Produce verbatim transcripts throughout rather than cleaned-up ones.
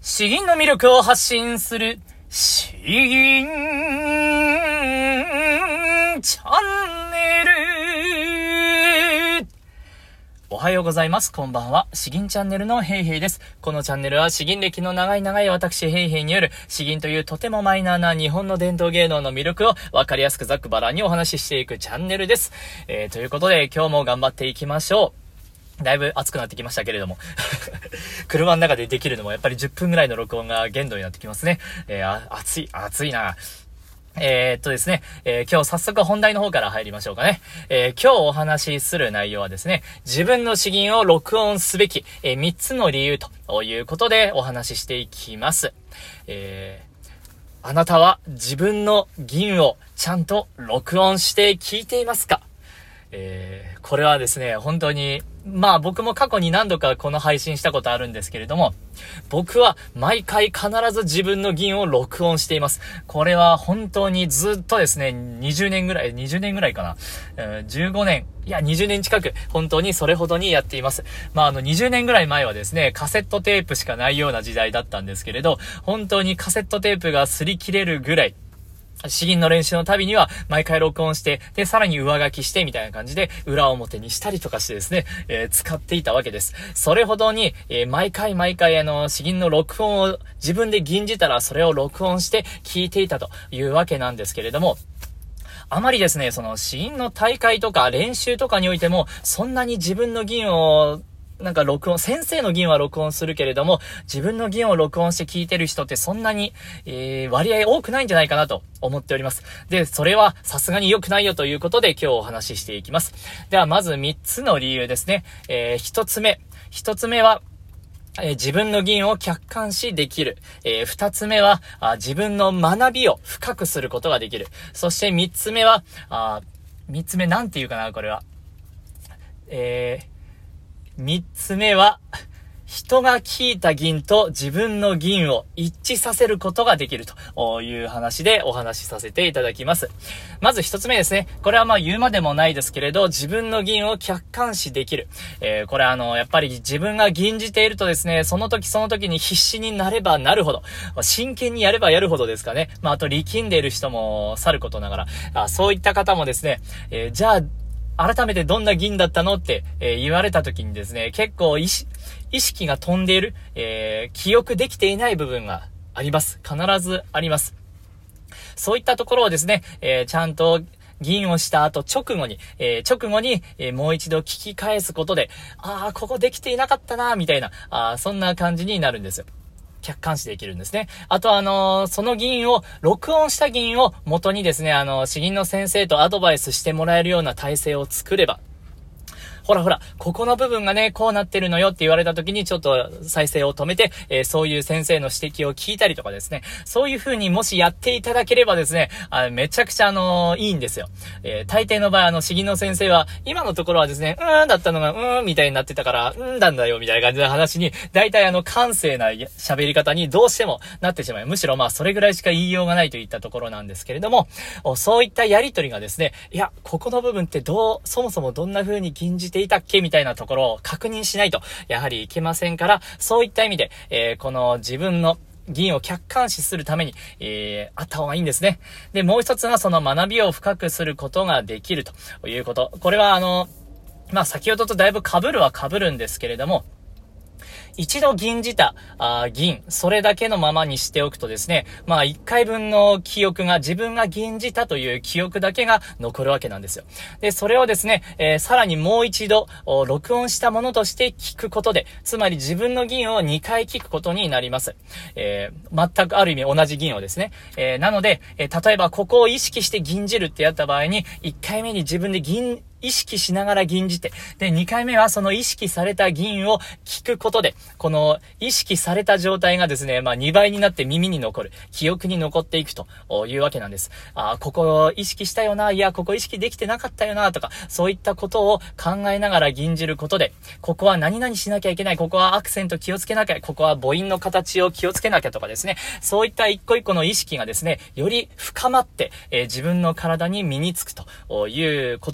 詩吟の魅力を発信する詩吟チャンネル。おはようございます。こんばんは。詩吟チャンネルのヘイヘイです。このチャンネルは詩吟歴の長い長い私ヘイヘイによる詩吟というとてもマイナーな日本の伝統芸能の魅力をわかりやすくざっくばらんにお話ししていくチャンネルです。えー、ということで今日も頑張っていきましょう。だいぶ暑くなってきましたけれども車の中でできるのもやっぱりじゅっぷんぐらいの録音が限度になってきますね。えー、あ暑い暑いな。えー、っとですね、えー、今日早速本題の方から入りましょうかね。えー、今日お話しする内容はですね、自分の詩吟を録音すべき、えー、みっつの理由ということでお話ししていきます。えー、あなたは自分の吟をちゃんと録音して聞いていますか？えー、これはですね、本当に、まあ僕も過去に何度かこの配信したことあるんですけれども、僕は毎回必ず自分の吟を録音しています。これは本当にずっとですね、にじゅうねんぐらい、にじゅうねんぐらいかな、えー、じゅうごねん、いやにじゅうねん近く、本当にそれほどにやっています。まああのにじゅうねんぐらい前はですね、カセットテープしかないような時代だったんですけれど、本当にカセットテープが擦り切れるぐらい、詩吟の練習のたびには毎回録音して、で、さらに上書きしてみたいな感じで裏表にしたりとかしてですね、えー、使っていたわけです。それほどに、えー、毎回毎回あの、詩吟の録音を自分で吟じたらそれを録音して聞いていたというわけなんですけれども、あまりですね、その詩吟の大会とか練習とかにおいても、そんなに自分の吟をなんか録音、先生の吟は録音するけれども、自分の吟を録音して聞いてる人ってそんなに、えー、割合多くないんじゃないかなと思っております。で、それはさすがに良くないよということで今日お話ししていきます。ではまずみっつの理由ですね。えー、ひとつめ。ひとつめは、えー、自分の吟を客観視できる。えー、二つ目はあ、自分の学びを深くすることができる。そして三つ目は、あ、三つ目なんていうかな、これは。えー、三つ目は、人が聞いた吟と自分の吟を一致させることができるという話でお話しさせていただきます。まず一つ目ですね。これはまあ言うまでもないですけれど、自分の吟を客観視できる。えー、これあの、やっぱり自分が吟じているとですね、その時その時に必死になればなるほど、真剣にやればやるほどですかね。まああと力んでいる人もさることながら、あそういった方もですね、えー、じゃあ、改めてどんな吟だったのって、えー、言われた時にですね、結構意識、意識が飛んでいる、えー、記憶できていない部分があります。必ずあります。そういったところをですね、えー、ちゃんと吟をした後直後に、えー、直後に、えー、もう一度聞き返すことで、ああ、ここできていなかったな、みたいな、あそんな感じになるんですよ。客観視できるんですね。あとあのー、その吟を、録音した吟を元にですね、あのー、詩吟の先生とアドバイスしてもらえるような体制を作れば、ほらほら、ここの部分がね、こうなってるのよって言われた時にちょっと再生を止めて、えー、そういう先生の指摘を聞いたりとかですね、そういう風にもしやっていただければですね、あめちゃくちゃあのー、いいんですよ。えー、大抵の場合あの、詩吟の先生は、今のところはですね、うーんだったのが、うーんみたいになってたから、うんだんだよみたいな感じの話に、大体あの、感性な喋り方にどうしてもなってしまう。むしろまあ、それぐらいしか言いようがないといったところなんですけれども、そういったやりとりがですね、いや、ここの部分ってどう、そもそもどんな風に吟じていたっけみたいなところを確認しないとやはりいけませんから、そういった意味で、えー、この自分の吟を客観視するために、えー、あった方がいいんですね。で、もう一つはその学びを深くすることができるということ。これはあの、まあ、先ほどとだいぶ被るは被るんですけれども、一度吟じた、あ吟、それだけのままにしておくとですね、まあ一回分の記憶が、自分が吟じたという記憶だけが残るわけなんですよ。で、それをですね、えー、さらにもう一度、録音したものとして聞くことで、つまり自分の吟をにかい聞くことになります。えー、全くある意味同じ吟をですね。えー、なので、えー、例えばここを意識して吟じるってやった場合に、いっかいめに自分で吟、意識しながら吟じて、で、にかいめはその意識された吟を聞くことで、この意識された状態がですね、まあにばいになって耳に残る、記憶に残っていくというわけなんです。あ、ここを意識したよな、いや、ここ意識できてなかったよな、とか、そういったことを考えながら吟じることで、ここは何々しなきゃいけない、ここはアクセント気をつけなきゃ、ここは母音の形を気をつけなきゃとかですね、そういった一個一個の意識がですね、より深まって、えー、自分の体に身につくということがあります。 。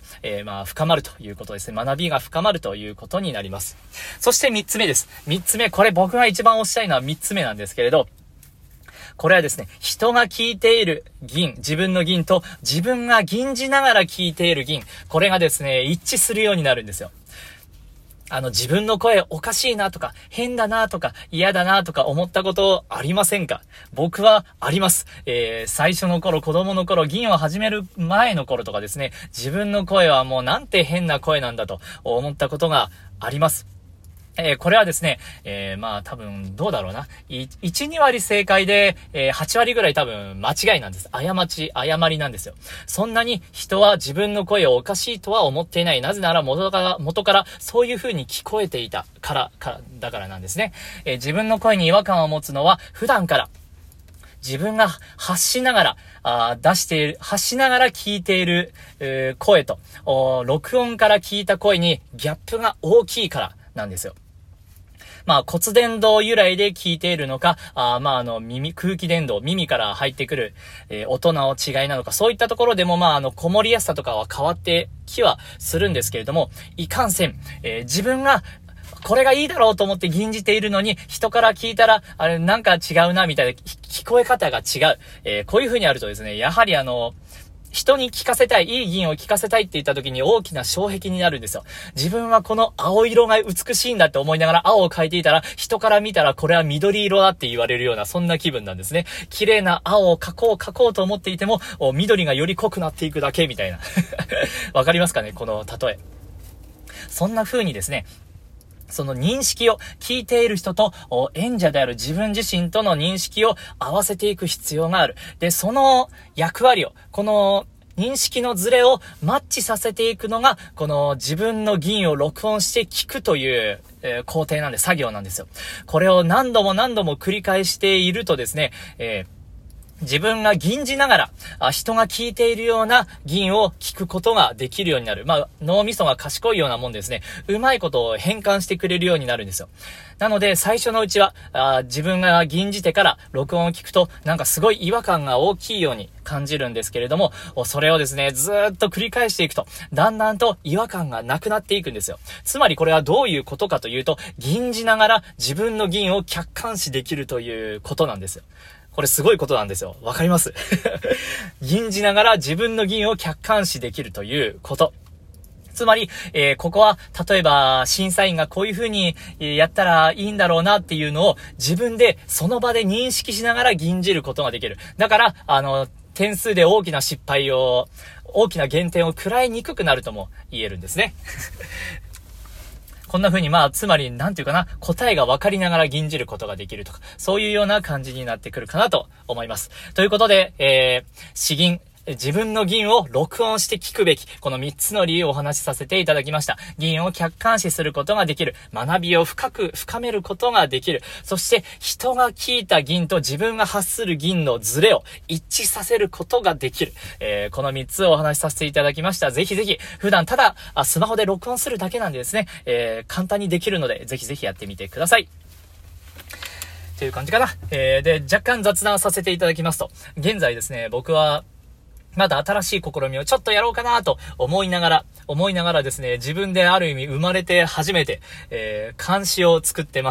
えー、まあ、深まるということですね。学びが深まるということになります。そして三つ目です。三つ目、これ僕が一番推したいのは三つ目なんですけれど、これはですね、人が聞いている銀、自分の銀と自分が吟じながら聞いている銀、これがですね、一致するようになるんですよ。あの、自分の声おかしいなとか、変だなとか、嫌だなとか思ったことありませんか？僕はあります。えー、最初の頃、子供の頃、銀を始める前の頃とかですね、自分の声はもうなんて変な声なんだと思ったことがあります。えー、これはですね、えー、まあ多分どうだろうな。いち、に割正解で、えー、はち割ぐらい多分間違いなんです。過ち、誤りなんですよ。そんなに人は自分の声をおかしいとは思っていない。なぜなら元から、元からそういう風に聞こえていたから、から、だからなんですね。えー、自分の声に違和感を持つのは普段から自分が発しながら、あ出している、発しながら聞いている、えー、声と、録音から聞いた声にギャップが大きいからなんですよ。まあ骨伝導由来で聞いているのか、あまああの耳、空気伝導、耳から入ってくる、えー、音の違いなのか、そういったところでもまああの、こもりやすさとかは変わってきはするんですけれども、いかんせん、えー、自分がこれがいいだろうと思って吟じているのに、人から聞いたら、あれなんか違うな、みたいな、聞こえ方が違う。えー、こういう風にあるとですね、やはりあの、人に聞かせたい、いい銀を聞かせたいって言った時に大きな障壁になるんですよ。自分はこの青色が美しいんだって思いながら青を描いていたら、人から見たらこれは緑色だって言われるような、そんな気分なんですね。綺麗な青を描こう描こうと思っていても、緑がより濃くなっていくだけみたいな。わかりますかね、この例え。そんな風にですね、その認識を聞いている人と演者である自分自身との認識を合わせていく必要がある。で、その役割を、この認識のズレをマッチさせていくのが、この自分の銀を録音して聞くという、えー、工程なんで、作業なんですよ。これを何度も何度も繰り返しているとですね、えー自分が吟じながら、あ、人が聞いているような吟を聞くことができるようになる。まあ、脳みそが賢いようなもんですね。うまいことを変換してくれるようになるんですよ。なので、最初のうちは、あ自分が吟じてから録音を聞くと、なんかすごい違和感が大きいように感じるんですけれども、それをですね、ずーっと繰り返していくと、だんだんと違和感がなくなっていくんですよ。つまりこれはどういうことかというと、吟じながら自分の吟を客観視できるということなんですよ。これすごいことなんですよ。わかります吟じながら自分の吟を客観視できるということ。つまり、えー、ここは、例えば、審査員がこういう風にやったらいいんだろうなっていうのを自分でその場で認識しながら吟じることができる。だから、あの、点数で大きな失敗を、大きな減点を食らいにくくなるとも言えるんですね。こんな風にまあ、つまり、なんていうかな、答えが分かりながら吟じることができるとか、そういうような感じになってくるかなと思います。ということで、えー、詩吟、自分の吟を録音して聞くべき、このみっつの理由をお話しさせていただきました。吟を客観視することができる。学びを深く深めることができる。そして、人が聞いた吟と自分が発する吟のズレを一致させることができる。えー、このみっつをお話しさせていただきました。ぜひぜひ、普段ただ、スマホで録音するだけなんでですね、えー、簡単にできるので、ぜひぜひやってみてください。という感じかな。えー、で、若干雑談させていただきますと、現在ですね、僕は、まだ新しい試みをちょっとやろうかなと思いながら、思いながらですね、自分である意味生まれて初めて、えー、漢詩を作ってます。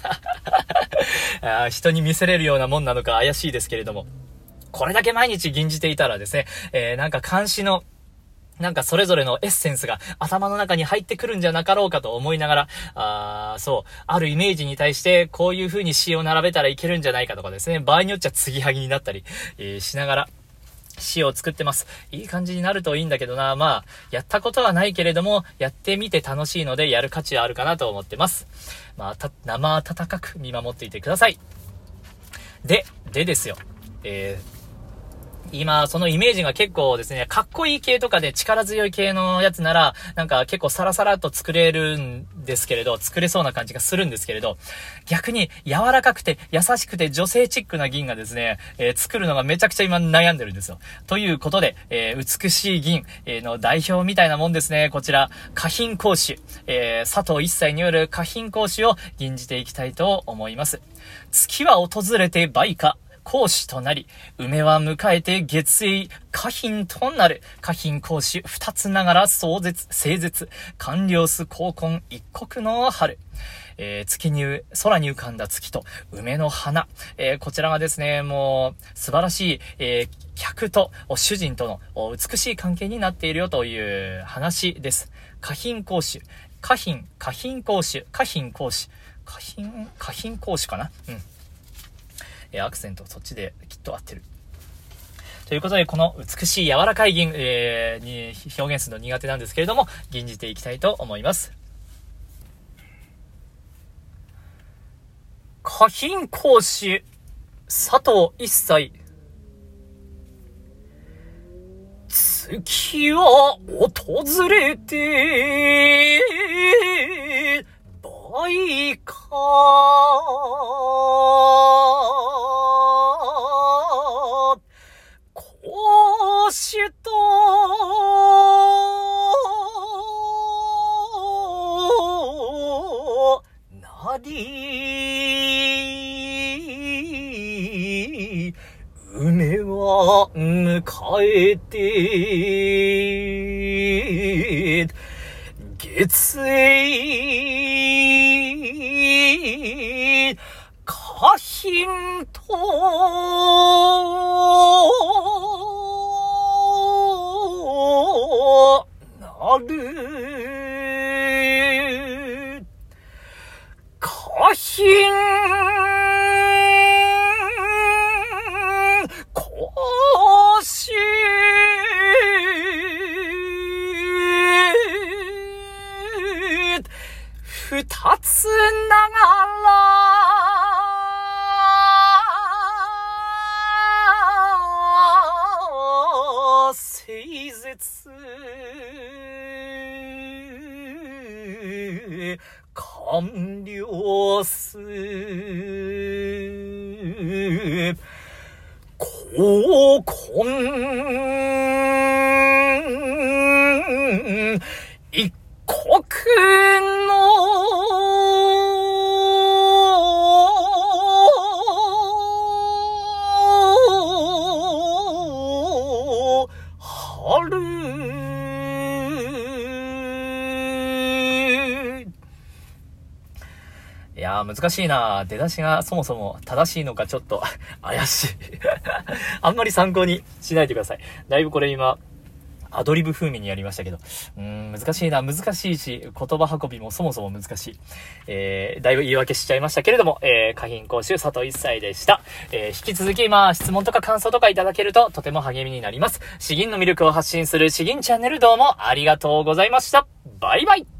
あ人に見せれるようなもんなのか怪しいですけれども、これだけ毎日吟じていたらですね、えー、なんか漢詩の、なんかそれぞれのエッセンスが頭の中に入ってくるんじゃなかろうかと思いながら、あそう、あるイメージに対してこういう風に詩を並べたらいけるんじゃないかとかですね、場合によっちゃ継ぎはぎになったり、えー、しながら、詩を作ってます。いい感じになるといいんだけどな。まあ、やったことはないけれども、やってみて楽しいので、やる価値はあるかなと思ってます。まあ、た、生温かく見守っていてください。で、でですよ。えー今、そのイメージが結構ですね、かっこいい系とかで力強い系のやつなら、なんか結構サラサラっと作れるんですけれど、作れそうな感じがするんですけれど、逆に柔らかくて優しくて女性チックな銀がですね、えー、作るのがめちゃくちゃ今悩んでるんですよ。ということで、えー、美しい銀の代表みたいなもんですね。こちら、花品講師、えー、佐藤一切による花品講師を吟じていきたいと思います。月は訪れて梅花。 公主となり、梅は迎えて月英、花賓となる。花賓公主二つながら壮絶、清絶、官僚す高婚一国の春。えー、月に、空に浮かんだ月と梅の花。えー、こちらがですね、もう素晴らしい、えー、客と主人との美しい関係になっているよという話です。花賓公主。花賓、花賓公主、花賓公主。花賓、花賓公主かなうん。えー、アクセントそっちできっと合ってる。ということで、この美しい柔らかい銀、えー、に表現するの苦手なんですけれども、吟じていきたいと思います。花賓公主、佐藤一歳。月は訪れて、倍か。公主と、なり、梅は迎えて、月英、花賓となる。花賓公主二つながら清絶官僚す高婚一国の春。いやー難しいな。出だしがそもそも正しいのかちょっと怪しいあんまり参考にしないでください。だいぶこれ今アドリブ風味にやりましたけど、うーん難しいな。難しいし言葉運びもそもそも難しい。えー、だいぶ言い訳しちゃいましたけれども、えー、花賓公主佐藤一歳でした。えー、引き続きまあ質問とか感想とかいただけるととても励みになります。詩吟の魅力を発信する詩吟チャンネル、どうもありがとうございました。バイバイ。